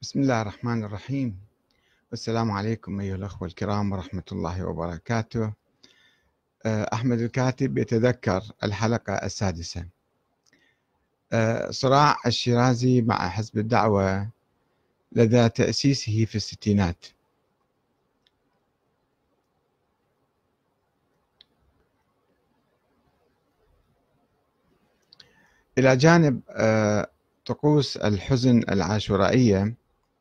بسم الله الرحمن الرحيم. السلام عليكم أيها الأخوة الكرام ورحمة الله وبركاته. أحمد الكاتب يتذكر الحلقة السادسة. صراع الشيرازي مع حزب الدعوة لدى تأسيسه في الستينات. إلى جانب طقوس الحزن العاشورائية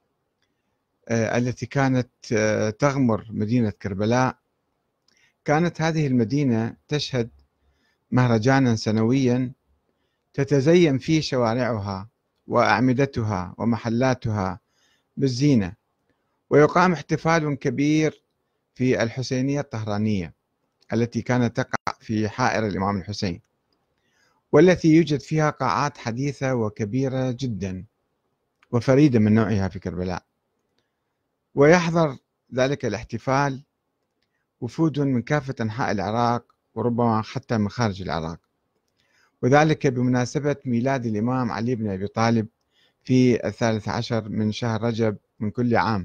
التي كانت تغمر مدينة كربلاء، كانت هذه المدينة تشهد مهرجانا سنويا تتزين فيه شوارعها وأعمدتها ومحلاتها بالزينة، ويقام احتفال كبير في الحسينية الطهرانية التي كانت تقع في حائر الإمام الحسين، والتي يوجد فيها قاعات حديثة وكبيرة جدا وفريدة من نوعها في كربلاء. ويحضر ذلك الاحتفال وفود من كافة أنحاء العراق وربما حتى من خارج العراق، وذلك بمناسبة ميلاد الإمام علي بن أبي طالب في 13 من شهر رجب من كل عام.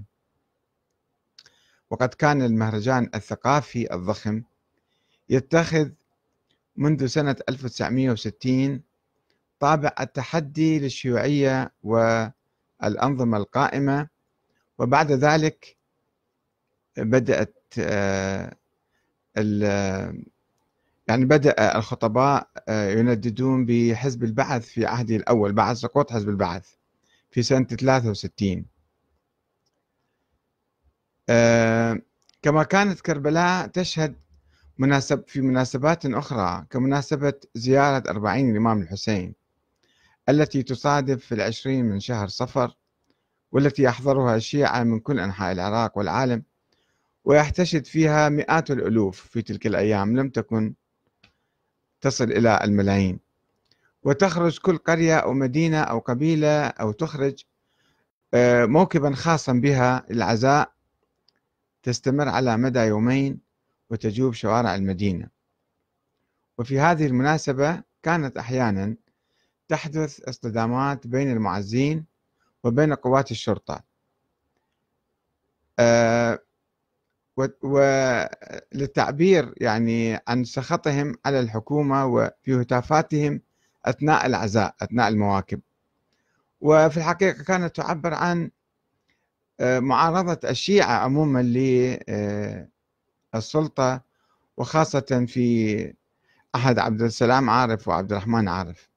وقد كان المهرجان الثقافي الضخم يتخذ منذ سنة 1960 طابع التحدي للشيوعية والأنظمة القائمة، وبعد ذلك بدأت بدأ الخطباء ينددون بحزب البعث في عهده الأول بعد سقوط حزب البعث في سنة 63. كما كانت كربلاء تشهد في مناسبات أخرى كمناسبة زيارة 40 الإمام الحسين التي تصادف في 20 من شهر صفر، والتي يحضرها الشيعة من كل أنحاء العراق والعالم، ويحتشد فيها مئات الألوف في تلك الأيام، لم تكن تصل إلى الملايين. وتخرج كل قرية أو مدينة أو قبيلة أو تخرج موكبا خاصا بها العزاء تستمر على مدى يومين وتجوب شوارع المدينة. وفي هذه المناسبة كانت أحيانا تحدث اصطدامات بين المعزين وبين قوات الشرطة، وللتعبير عن سخطهم على الحكومة وفي هتافاتهم أثناء العزاء أثناء المواكب. وفي الحقيقة كانت تعبر عن معارضة الشيعة عموما للسلطة، وخاصة في عهد عبد السلام عارف وعبد الرحمن عارف.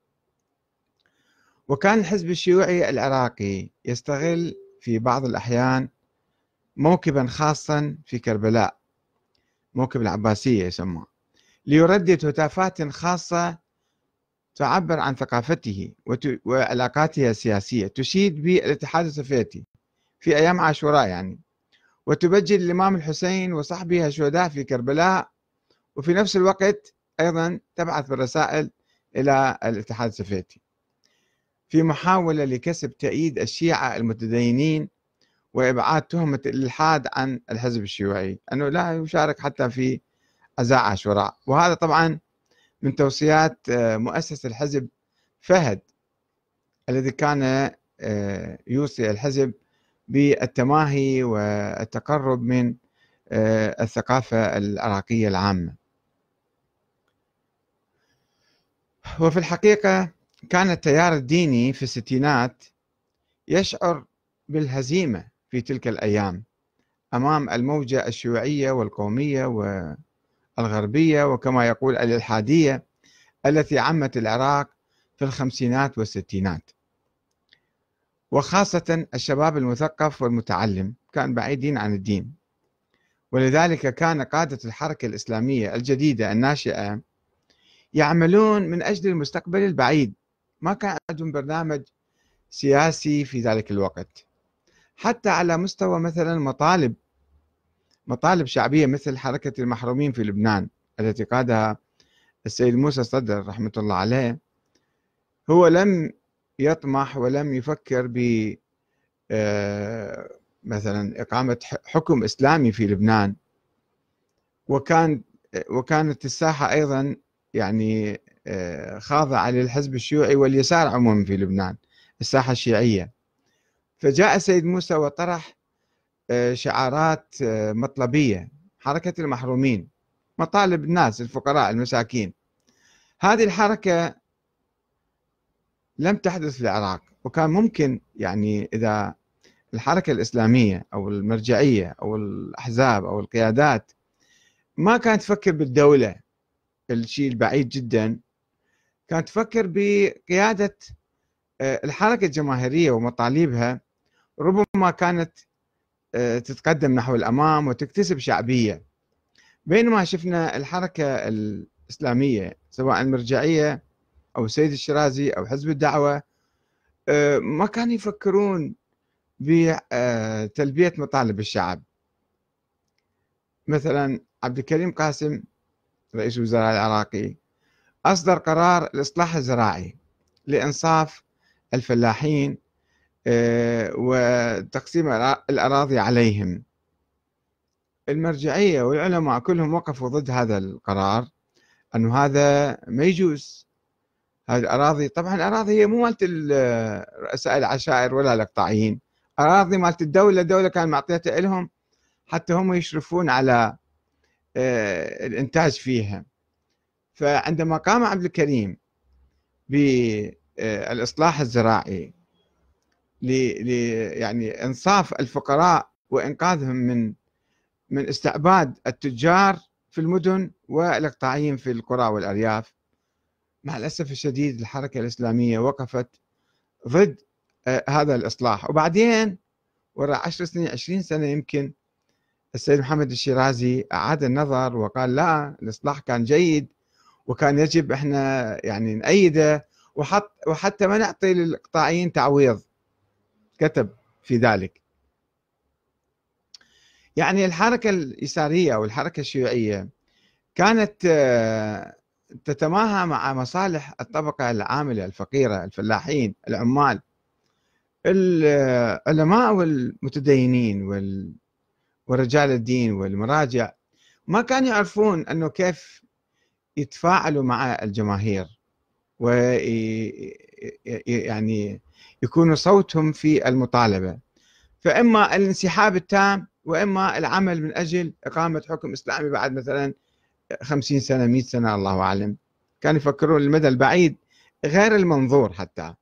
وكان الحزب الشيوعي العراقي يستغل في بعض الأحيان موكبا خاصا في كربلاء، موكب العباسية يسمى، ليردد هتافات خاصة تعبر عن ثقافته وعلاقاته السياسية، تشيد بالاتحاد السوفيتي في أيام عاشوراء وتبجل الإمام الحسين وصحبه الشهداء في كربلاء، وفي نفس الوقت أيضا تبعث بالرسائل إلى الاتحاد السوفيتي في محاولة لكسب تأييد الشيعة المتدينين وإبعاد تهمة الإلحاد عن الحزب الشيوعي، أنه لا يشارك حتى في عزاء عاشوراء. وهذا طبعا من توصيات مؤسس الحزب فهد، الذي كان يوصي الحزب بالتماهي والتقرب من الثقافة العراقية العامة. وفي الحقيقة كان التيار الديني في الستينات يشعر بالهزيمة في تلك الأيام أمام الموجة الشيوعية والقومية والغربية، وكما يقول الإلحادية، التي عمت العراق في الخمسينات والستينات. وخاصة الشباب المثقف والمتعلم كان بعيدين عن الدين، ولذلك كان قادة الحركة الإسلامية الجديدة الناشئة يعملون من أجل المستقبل البعيد، ما كان عندهم برنامج سياسي في ذلك الوقت، حتى على مستوى مثلا مطالب شعبية مثل حركة المحرومين في لبنان التي قادها السيد موسى صدر رحمة الله عليه. هو لم يطمح ولم يفكر ب مثلا إقامة حكم إسلامي في لبنان، وكانت الساحة أيضا خاضعة للحزب الشيوعي واليسار عموما في لبنان، الساحة الشيعية. فجاء السيد موسى وطرح شعارات مطلبية، حركة المحرومين، مطالب الناس الفقراء المساكين. هذه الحركة لم تحدث في العراق، وكان ممكن يعني إذا الحركة الإسلامية أو المرجعية أو الأحزاب أو القيادات ما كانت تفكر بالدولة، الشيء البعيد جدا، كانت تفكر بقيادة الحركة الجماهيرية ومطالبها، ربما كانت تتقدم نحو الأمام وتكتسب شعبية. بينما شفنا الحركة الإسلامية سواء المرجعية أو السيد الشيرازي أو حزب الدعوة ما كانوا يفكرون بتلبية مطالب الشعب. مثلا عبد الكريم قاسم رئيس الوزراء العراقي أصدر قرار الإصلاح الزراعي لإنصاف الفلاحين وتقسيم الأراضي عليهم. المرجعية والعلماء كلهم وقفوا ضد هذا القرار، أنه هذا ما يجوز. هذه الأراضي طبعا الأراضي هي مو مالت رؤساء العشائر ولا الإقطاعيين، أراضي مالت الدولة، الدولة كان معطيتها لهم حتى هم يشرفون على الإنتاج فيها. فعندما قام عبد الكريم بالإصلاح الزراعي يعني إنصاف الفقراء وإنقاذهم من استعباد التجار في المدن والإقطاعيين في القرى والأرياف، مع الأسف الشديد الحركة الإسلامية وقفت ضد هذا الإصلاح. وبعدين وراء 10 سنين 20 سنة يمكن السيد محمد الشيرازي أعاد النظر وقال لا، الإصلاح كان جيد وكان يجب احنا يعني نأيده، وحتى ما نعطي للإقطاعيين تعويض، كتب في ذلك. يعني الحركة اليسارية أو الحركة الشيوعية كانت تتماهى مع مصالح الطبقة العاملة الفقيرة، الفلاحين، العمال. العلماء والمتدينين ورجال الدين والمراجع ما كانوا يعرفون أنه كيف يتفاعلوا مع الجماهير ويعني يكون صوتهم في المطالبة، فإما الانسحاب التام وإما العمل من أجل إقامة حكم إسلامي بعد مثلا 50 سنة 100 سنة الله أعلم. كانوا يفكرون المدى البعيد غير المنظور حتى.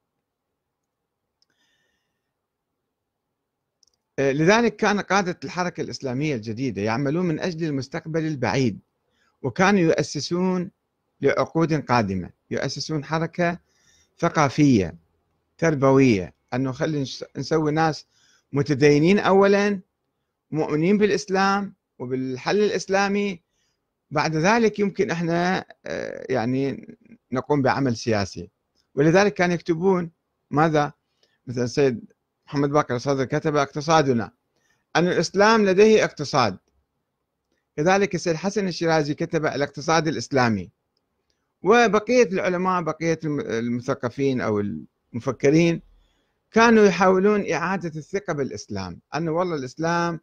لذلك كان قادة الحركة الإسلامية الجديدة يعملون من أجل المستقبل البعيد، وكانوا يؤسسون لعقود قادمة، يؤسسون حركة ثقافية تربوية، أنه خلي نسوي ناس متدينين أولا، مؤمنين بالإسلام وبالحل الإسلامي، بعد ذلك يمكن احنا يعني نقوم بعمل سياسي. ولذلك كانوا يكتبون ماذا؟ مثلا السيد محمد باقر الصدر كتب اقتصادنا، أن الإسلام لديه اقتصاد. كذلك السيد حسن الشيرازي كتب الاقتصاد الإسلامي. وبقية العلماء، بقية المثقفين أو المفكرين كانوا يحاولون إعادة الثقة بالإسلام، أنه والله الإسلام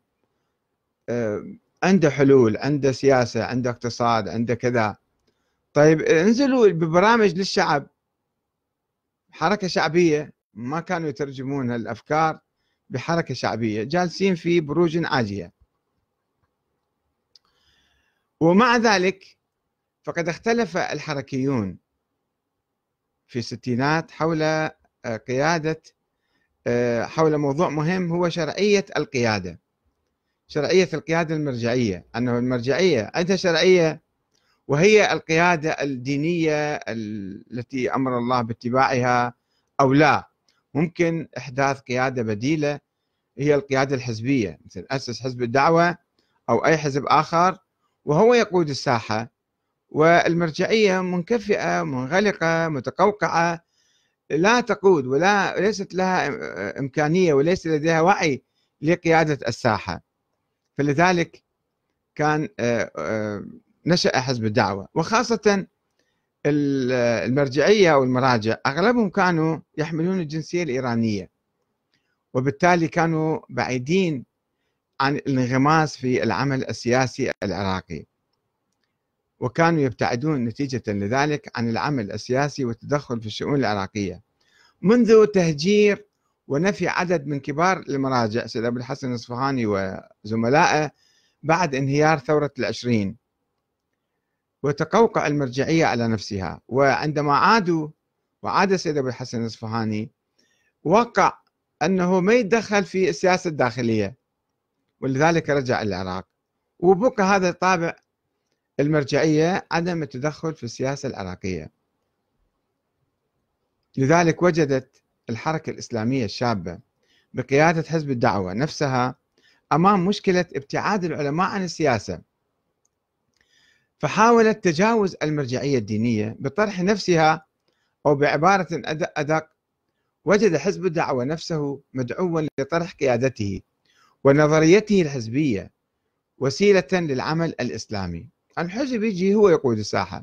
عنده حلول، عنده سياسة، عنده اقتصاد، عنده كذا. طيب انزلوا ببرامج للشعب، حركة شعبية. ما كانوا يترجمون الأفكار بحركة شعبية، جالسين في بروج عاجية. ومع ذلك فقد اختلف الحركيون في الستينات حول قيادة حول موضوع مهم هو شرعية القيادة، شرعية القيادة المرجعية، أنه المرجعية عندها شرعية وهي القيادة الدينية التي أمر الله باتباعها، أو لا ممكن إحداث قيادة بديلة هي القيادة الحزبية، مثل أسس حزب الدعوة أو أي حزب آخر وهو يقود الساحة، والمرجعية منكفئة منغلقة متقوقعة لا تقود ولا ليست لها إمكانية وليس لديها وعي لقيادة الساحة. فلذلك كان نشأ حزب الدعوة، وخاصة المرجعية أو المراجع أغلبهم كانوا يحملون الجنسية الإيرانية، وبالتالي كانوا بعيدين عن الانغماس في العمل السياسي العراقي، وكانوا يبتعدون نتيجة لذلك عن العمل السياسي والتدخل في الشؤون العراقية، منذ تهجير ونفي عدد من كبار المراجع سيد أبو الحسن الإصفهاني وزملائه بعد انهيار ثورة العشرين، وتقوقع المرجعية على نفسها. وعندما وعاد سيد أبو الحسن الإصفهاني، وقع أنه ما يتدخل في السياسة الداخلية، ولذلك رجع إلى العراق، وبقى هذا طابع المرجعية، عدم التدخل في السياسة العراقية. لذلك وجدت الحركة الإسلامية الشابة بقيادة حزب الدعوة نفسها أمام مشكلة ابتعاد العلماء عن السياسة، فحاولت تجاوز المرجعية الدينية بطرح نفسها، أو بعبارة أدق، وجد حزب الدعوة نفسه مدعوا لطرح قيادته ونظريته الحزبية وسيلة للعمل الإسلامي. الحزب يجي هو يقود الساحة،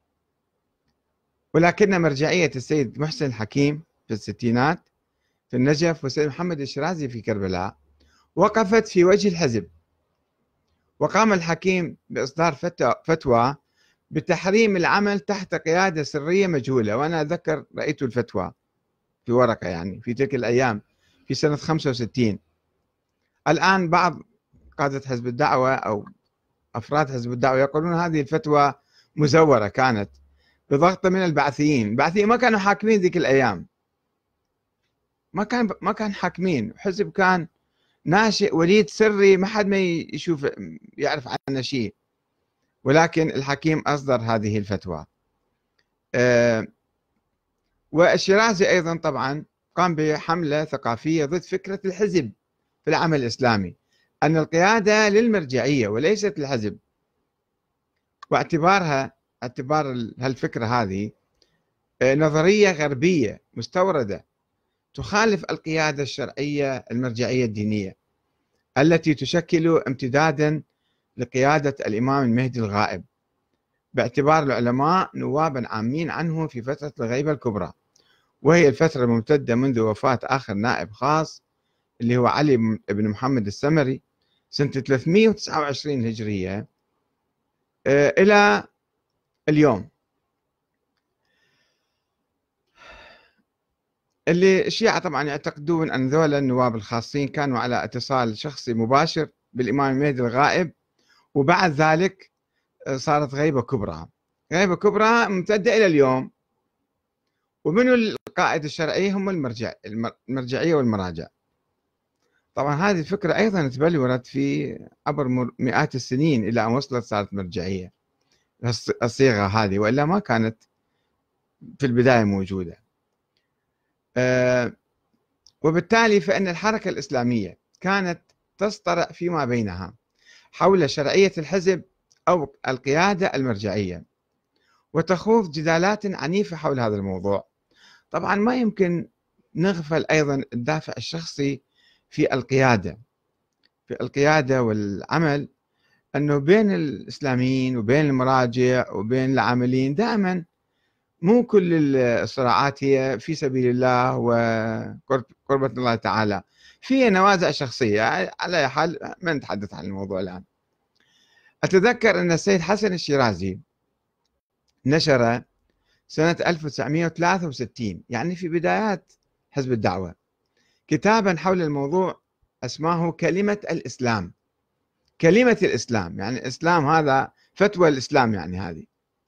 ولكن مرجعية السيد محسن الحكيم في الستينات في النجف والسيد محمد الشيرازي في كربلاء وقفت في وجه الحزب، وقام الحكيم بإصدار فتوى بتحريم العمل تحت قيادة سرية مجهولة. وأنا أذكر رأيت الفتوى في ورقة يعني في تلك الأيام في سنة 65. الآن بعض قادة حزب الدعوة أو أفراد حزب الدعوة يقولون هذه الفتوى مزورة كانت بضغط من البعثيين. البعثيين ما كانوا حاكمين ذيك الأيام، ما كان حاكمين، حزب كان ناشئ وليد سري، ما حد ما يشوف يعرف عنه شيء، ولكن الحكيم أصدر هذه الفتوى. والشيرازي أيضا طبعا قام بحملة ثقافية ضد فكرة الحزب في العمل الإسلامي، أن القيادة للمرجعية وليست للحزب، اعتبار هالفكرة هذه نظرية غربية مستوردة تخالف القيادة الشرعية المرجعية الدينية التي تشكل امتدادا لقيادة الإمام المهدي الغائب، باعتبار العلماء نوابا عامين عنه في فترة الغيبة الكبرى، وهي الفترة الممتدة منذ وفاة آخر نائب خاص اللي هو علي بن محمد السمري سنة 329 هجرية إلى اليوم. اللي الشيعة طبعا يعتقدون أن ذولا النواب الخاصين كانوا على اتصال شخصي مباشر بالإمام المهدي الغائب، وبعد ذلك صارت غيبة كبرى. غيبة كبرى ممتدة إلى اليوم. ومنو القائد الشرعي؟ هم المرجعية والمراجع. طبعا هذه الفكرة أيضا تبلورت في عبر مئات السنين إلى أن وصلت صارت مرجعية الصيغة هذه، وإلا ما كانت في البداية موجودة. وبالتالي فإن الحركة الإسلامية كانت تصطرع فيما بينها حول شرعية الحزب أو القيادة المرجعية، وتخوض جدالات عنيفة حول هذا الموضوع. طبعا ما يمكن نغفل أيضا الدافع الشخصي في القيادة والعمل، أنه بين الإسلاميين وبين المراجع وبين العاملين دائما مو كل الصراعات هي في سبيل الله وقربة الله تعالى، في نوازع شخصية. على أي حال ما نتحدث عن الموضوع الآن. أتذكر أن السيد حسن الشيرازي نشر سنة 1963 يعني في بدايات حزب الدعوة كتابا حول الموضوع اسماه كلمة الإسلام. كلمة الإسلام يعني الإسلام، هذا فتوى الإسلام يعني هذه،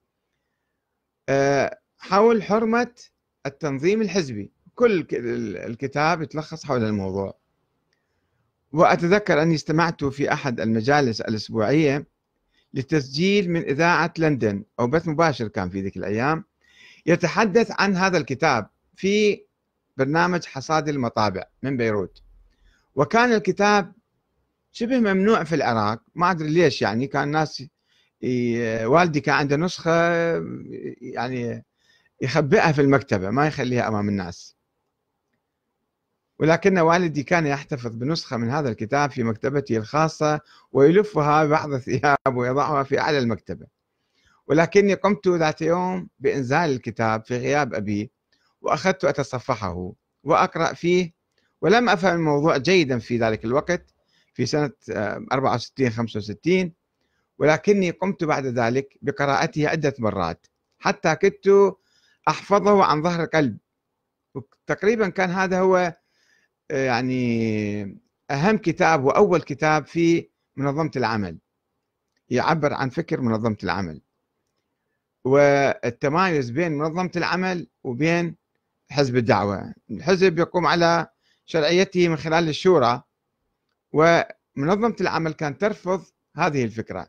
حول حرمة التنظيم الحزبي. كل الكتاب يتلخص حول الموضوع. وأتذكر أني استمعت في أحد المجالس الأسبوعية لتسجيل من إذاعة لندن أو بث مباشر كان في ذيك الأيام، يتحدث عن هذا الكتاب في برنامج حصاد المطابع من بيروت. وكان الكتاب شبه ممنوع في العراق، ما أدري ليش، يعني كان الناس والدي كان عنده نسخة يعني يخبئها في المكتبة ما يخليها أمام الناس، ولكن والدي كان يحتفظ بنسخة من هذا الكتاب في مكتبته الخاصة ويلفها ببعض الثياب ويضعها في أعلى المكتبة. ولكني قمت ذات يوم بإنزال الكتاب في غياب أبي، وأخذت أتصفحه وأقرأ فيه، ولم أفهم الموضوع جيدا في ذلك الوقت في سنة 64-65، ولكني قمت بعد ذلك بقراءته عدة مرات حتى كدت أحفظه عن ظهر قلب. تقريبا كان هذا هو يعني أهم كتاب وأول كتاب في منظمة العمل، يعبر عن فكر منظمة العمل والتمايز بين منظمة العمل وبين حزب الدعوة. الحزب يقوم على شرعيته من خلال الشورى، ومنظمة العمل كانت ترفض هذه الفكرة.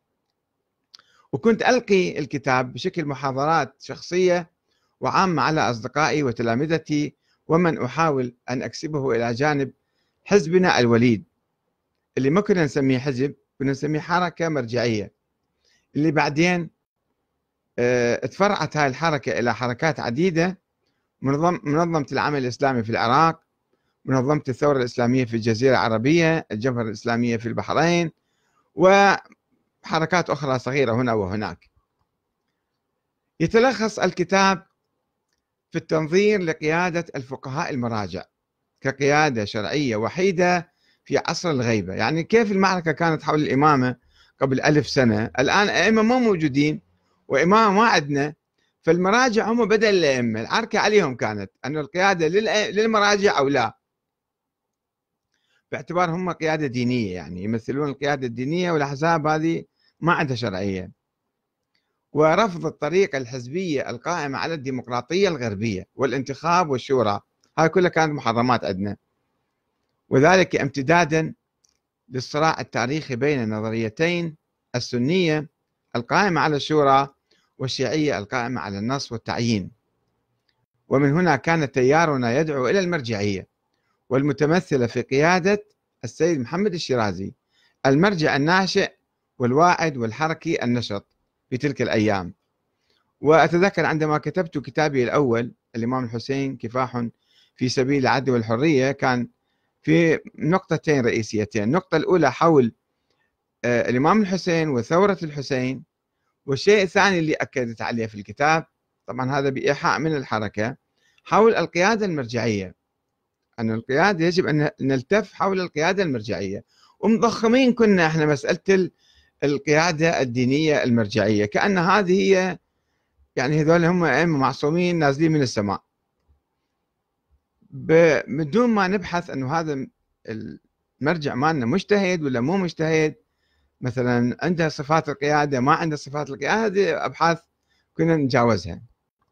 وكنت ألقي الكتاب بشكل محاضرات شخصية وعامة على أصدقائي وتلامذتي ومن أحاول أن أكسبه إلى جانب حزبنا الوليد، اللي ما كنا نسميه حزب، كنا نسميه حركة مرجعية، اللي بعدين تفرعت هاي الحركة إلى حركات عديدة: منظمة العمل الإسلامي في العراق، منظمة الثورة الإسلامية في الجزيرة العربية، الجبهة الإسلامية في البحرين، وحركات أخرى صغيرة هنا وهناك. يتلخص الكتاب في التنظير لقيادة الفقهاء المراجع كقيادة شرعية وحيدة في عصر الغيبة. يعني كيف المعركة كانت حول الإمامة قبل 1000 سنة، الآن أئمة ما موجودين وإمامة ما عندنا، فالمراجع هم بدل الأئمة، العركة عليهم كانت أن القيادة للمراجع أو لا، باعتبار هم قيادة دينية، يعني يمثلون القيادة الدينية، والأحزاب هذه ما عندها شرعية. ورفض الطريقة الحزبية القائمة على الديمقراطية الغربية والانتخاب والشورى، هاي كلها كانت محرمات عندنا، وذلك امتدادا للصراع التاريخي بين النظريتين السنية القائمة على الشورى والشيعية القائمة على النص والتعيين. ومن هنا كان تيارنا يدعو إلى المرجعية، والمتمثلة في قيادة السيد محمد الشيرازي، المرجع الناشئ والواعد والحركي النشط في تلك الأيام. وأتذكر عندما كتبت كتابي الأول الإمام الحسين كفاح في سبيل العدل والحرية، كان في نقطتين رئيسيتين: النقطة الأولى حول الإمام الحسين وثورة الحسين، والشيء الثاني اللي أكدت عليه في الكتاب، طبعا هذا بإيحاء من الحركة، حول القيادة المرجعية، أن القيادة يجب أن نلتف حول القيادة المرجعية. ومضخمين كنا احنا مسألة القيادة الدينية المرجعية، كأن هذه هي، يعني هذول هم أئمة معصومين نازلين من السماء، بدون ما نبحث أنه هذا المرجع مالنا مجتهد ولا مو مجتهد، مثلا عنده صفات القيادة ما عنده صفات القيادة، هذه أبحاث كنا نتجاوزها.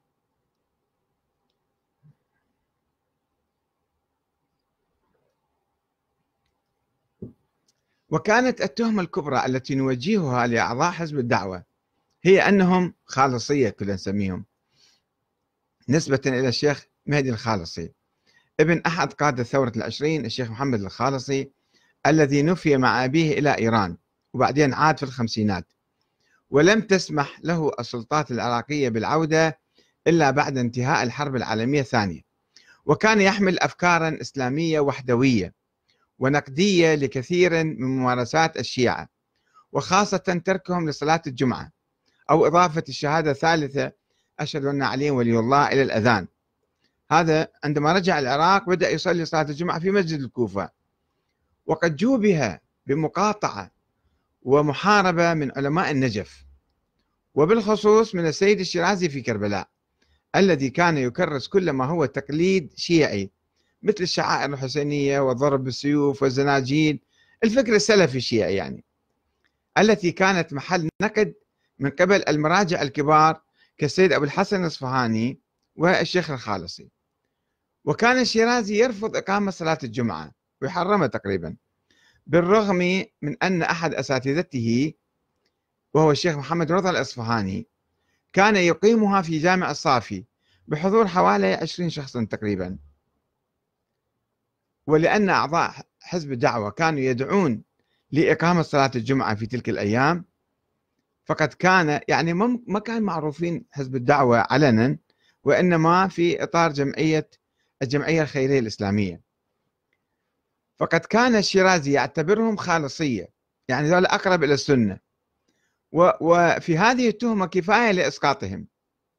وكانت التهمة الكبرى التي نوجهها لأعضاء حزب الدعوة هي أنهم خالصية، كلنا نسميهم، نسبة إلى الشيخ مهدي الخالصي، ابن أحد قادة ثورة العشرين، الشيخ محمد الخالصي، الذي نفي مع أبيه إلى إيران وبعدين عاد في الخمسينات، ولم تسمح له السلطات العراقية بالعودة إلا بعد انتهاء الحرب العالمية الثانية. وكان يحمل أفكارا إسلامية وحدوية ونقدية لكثير من ممارسات الشيعة، وخاصة تركهم لصلاة الجمعة أو إضافة الشهادة الثالثة أشهد أن علي ولي الله إلى الأذان. هذا عندما رجع العراق بدأ يصلي صلاة الجمعة في مسجد الكوفة، وقد جوبه بمقاطعة ومحاربة من علماء النجف، وبالخصوص من السيد الشيرازي في كربلاء، الذي كان يكرس كل ما هو تقليد شيعي مثل الشعائر الحسينية والضرب بالسيوف والزناجيل، الفكر السلفي الشيعي يعني، التي كانت محل نقد من قبل المراجع الكبار كالسيد أبو الحسن الأصفهاني والشيخ الخالصي. وكان الشيرازي يرفض إقامة صلاة الجمعة ويحرمها تقريبا، بالرغم من أن أحد أساتذته وهو الشيخ محمد رضا الأصفهاني كان يقيمها في جامع الصافي بحضور حوالي 20 شخصا تقريبا. ولأن أعضاء حزب الدعوة كانوا يدعون لإقامة صلاة الجمعة في تلك الأيام، فقد كان يعني ما كان معروفين حزب الدعوة علنا، وإنما في إطار الجمعية الخيرية الإسلامية. فقد كان الشيرازي يعتبرهم خالصية، يعني ذولا أقرب إلى السنة، وفي هذه التهمة كفاية لإسقاطهم.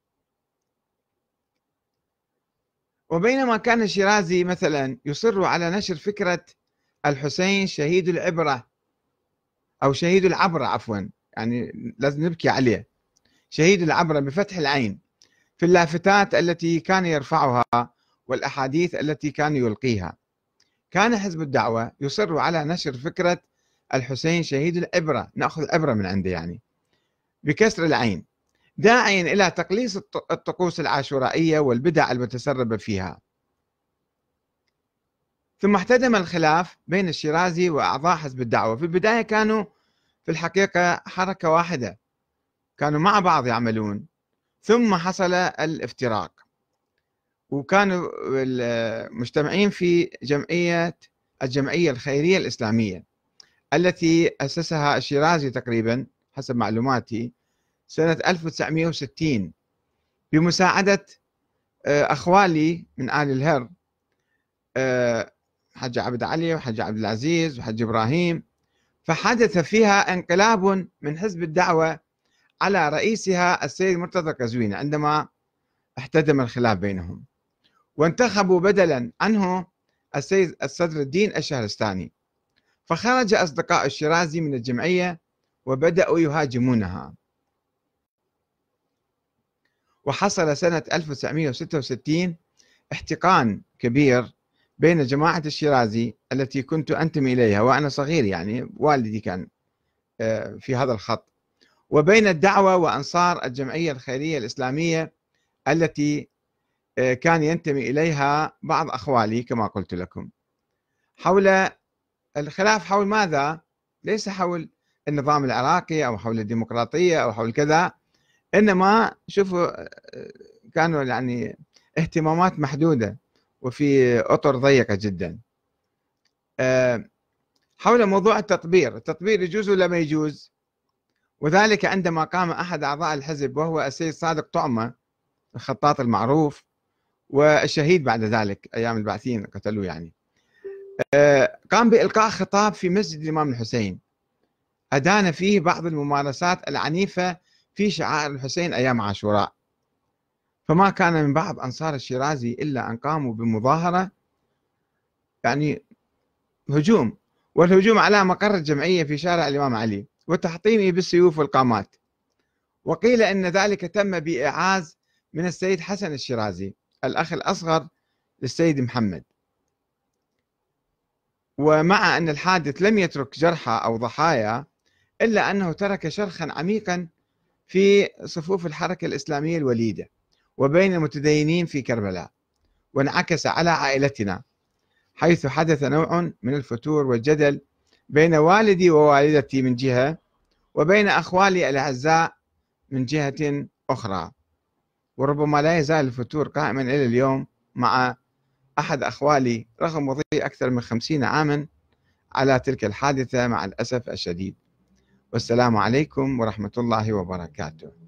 وبينما كان الشيرازي مثلا يصر على نشر فكرة الحسين شهيد العبرة أو شهيد العبرة عفوا، يعني لازم نبكي عليه، شهيد العبرة بفتح العين، في اللافتات التي كان يرفعها والأحاديث التي كان يلقيها، كان حزب الدعوة يصر على نشر فكرة الحسين شهيد العبرة، نأخذ عبرة من عنده يعني، بكسر العين، داعيا إلى تقليص الطقوس العاشورائية والبدع المتسربة فيها. ثم احتدم الخلاف بين الشيرازي وأعضاء حزب الدعوة. في البداية كانوا في الحقيقة حركة واحدة، كانوا مع بعض يعملون، ثم حصل الافتراق، وكانوا مجتمعين في الجمعية الخيرية الإسلامية التي أسسها الشيرازي تقريبا حسب معلوماتي سنة 1960 بمساعدة أخوالي من آل الهر، حج عبد علي وحج عبد العزيز وحج إبراهيم. فحدث فيها انقلاب من حزب الدعوة على رئيسها السيد مرتضى القزويني عندما احتدم الخلاف بينهم، وانتخبوا بدلا عنه السيد الصدر الدين الشهرستاني. فخرج أصدقاء الشيرازي من الجمعية وبدأوا يهاجمونها. وحصل سنة 1966 احتقان كبير بين جماعة الشيرازي التي كنت أنتمي إليها وأنا صغير، يعني والدي كان في هذا الخط، وبين الدعوة وأنصار الجمعية الخيرية الإسلامية التي كان ينتمي إليها بعض أخوالي كما قلت لكم. حول الخلاف حول ماذا؟ ليس حول النظام العراقي أو حول الديمقراطية أو حول كذا، إنما شوفوا كانوا يعني اهتمامات محدودة وفي أطر ضيقة جدا. حول موضوع التطبير يجوز ولا ما يجوز؟ وذلك عندما قام أحد أعضاء الحزب وهو السيد صادق طعمة الخطاط المعروف والشهيد بعد ذلك أيام البعثيين قتلوه يعني، قام بإلقاء خطاب في مسجد الإمام الحسين أدان فيه بعض الممارسات العنيفة في شعائر الحسين أيام عاشوراء. فما كان من بعض أنصار الشيرازي إلا أن قاموا بمظاهرة يعني هجوم، والهجوم على مقر الجمعية في شارع الإمام علي وتحطيمه بالسيوف والقامات. وقيل أن ذلك تم بإعاز من السيد حسن الشيرازي الأخ الأصغر للسيد محمد. ومع أن الحادث لم يترك جرحى أو ضحايا، إلا أنه ترك شرخا عميقا في صفوف الحركة الإسلامية الوليدة وبين المتدينين في كربلاء، وانعكس على عائلتنا، حيث حدث نوع من الفتور والجدل بين والدي ووالدتي من جهة، وبين أخوالي الأعزاء من جهة أخرى. وربما لا يزال الفتور قائما إلى اليوم مع أحد أخوالي رغم مضي أكثر من 50 عاما على تلك الحادثة مع الأسف الشديد. والسلام عليكم ورحمة الله وبركاته.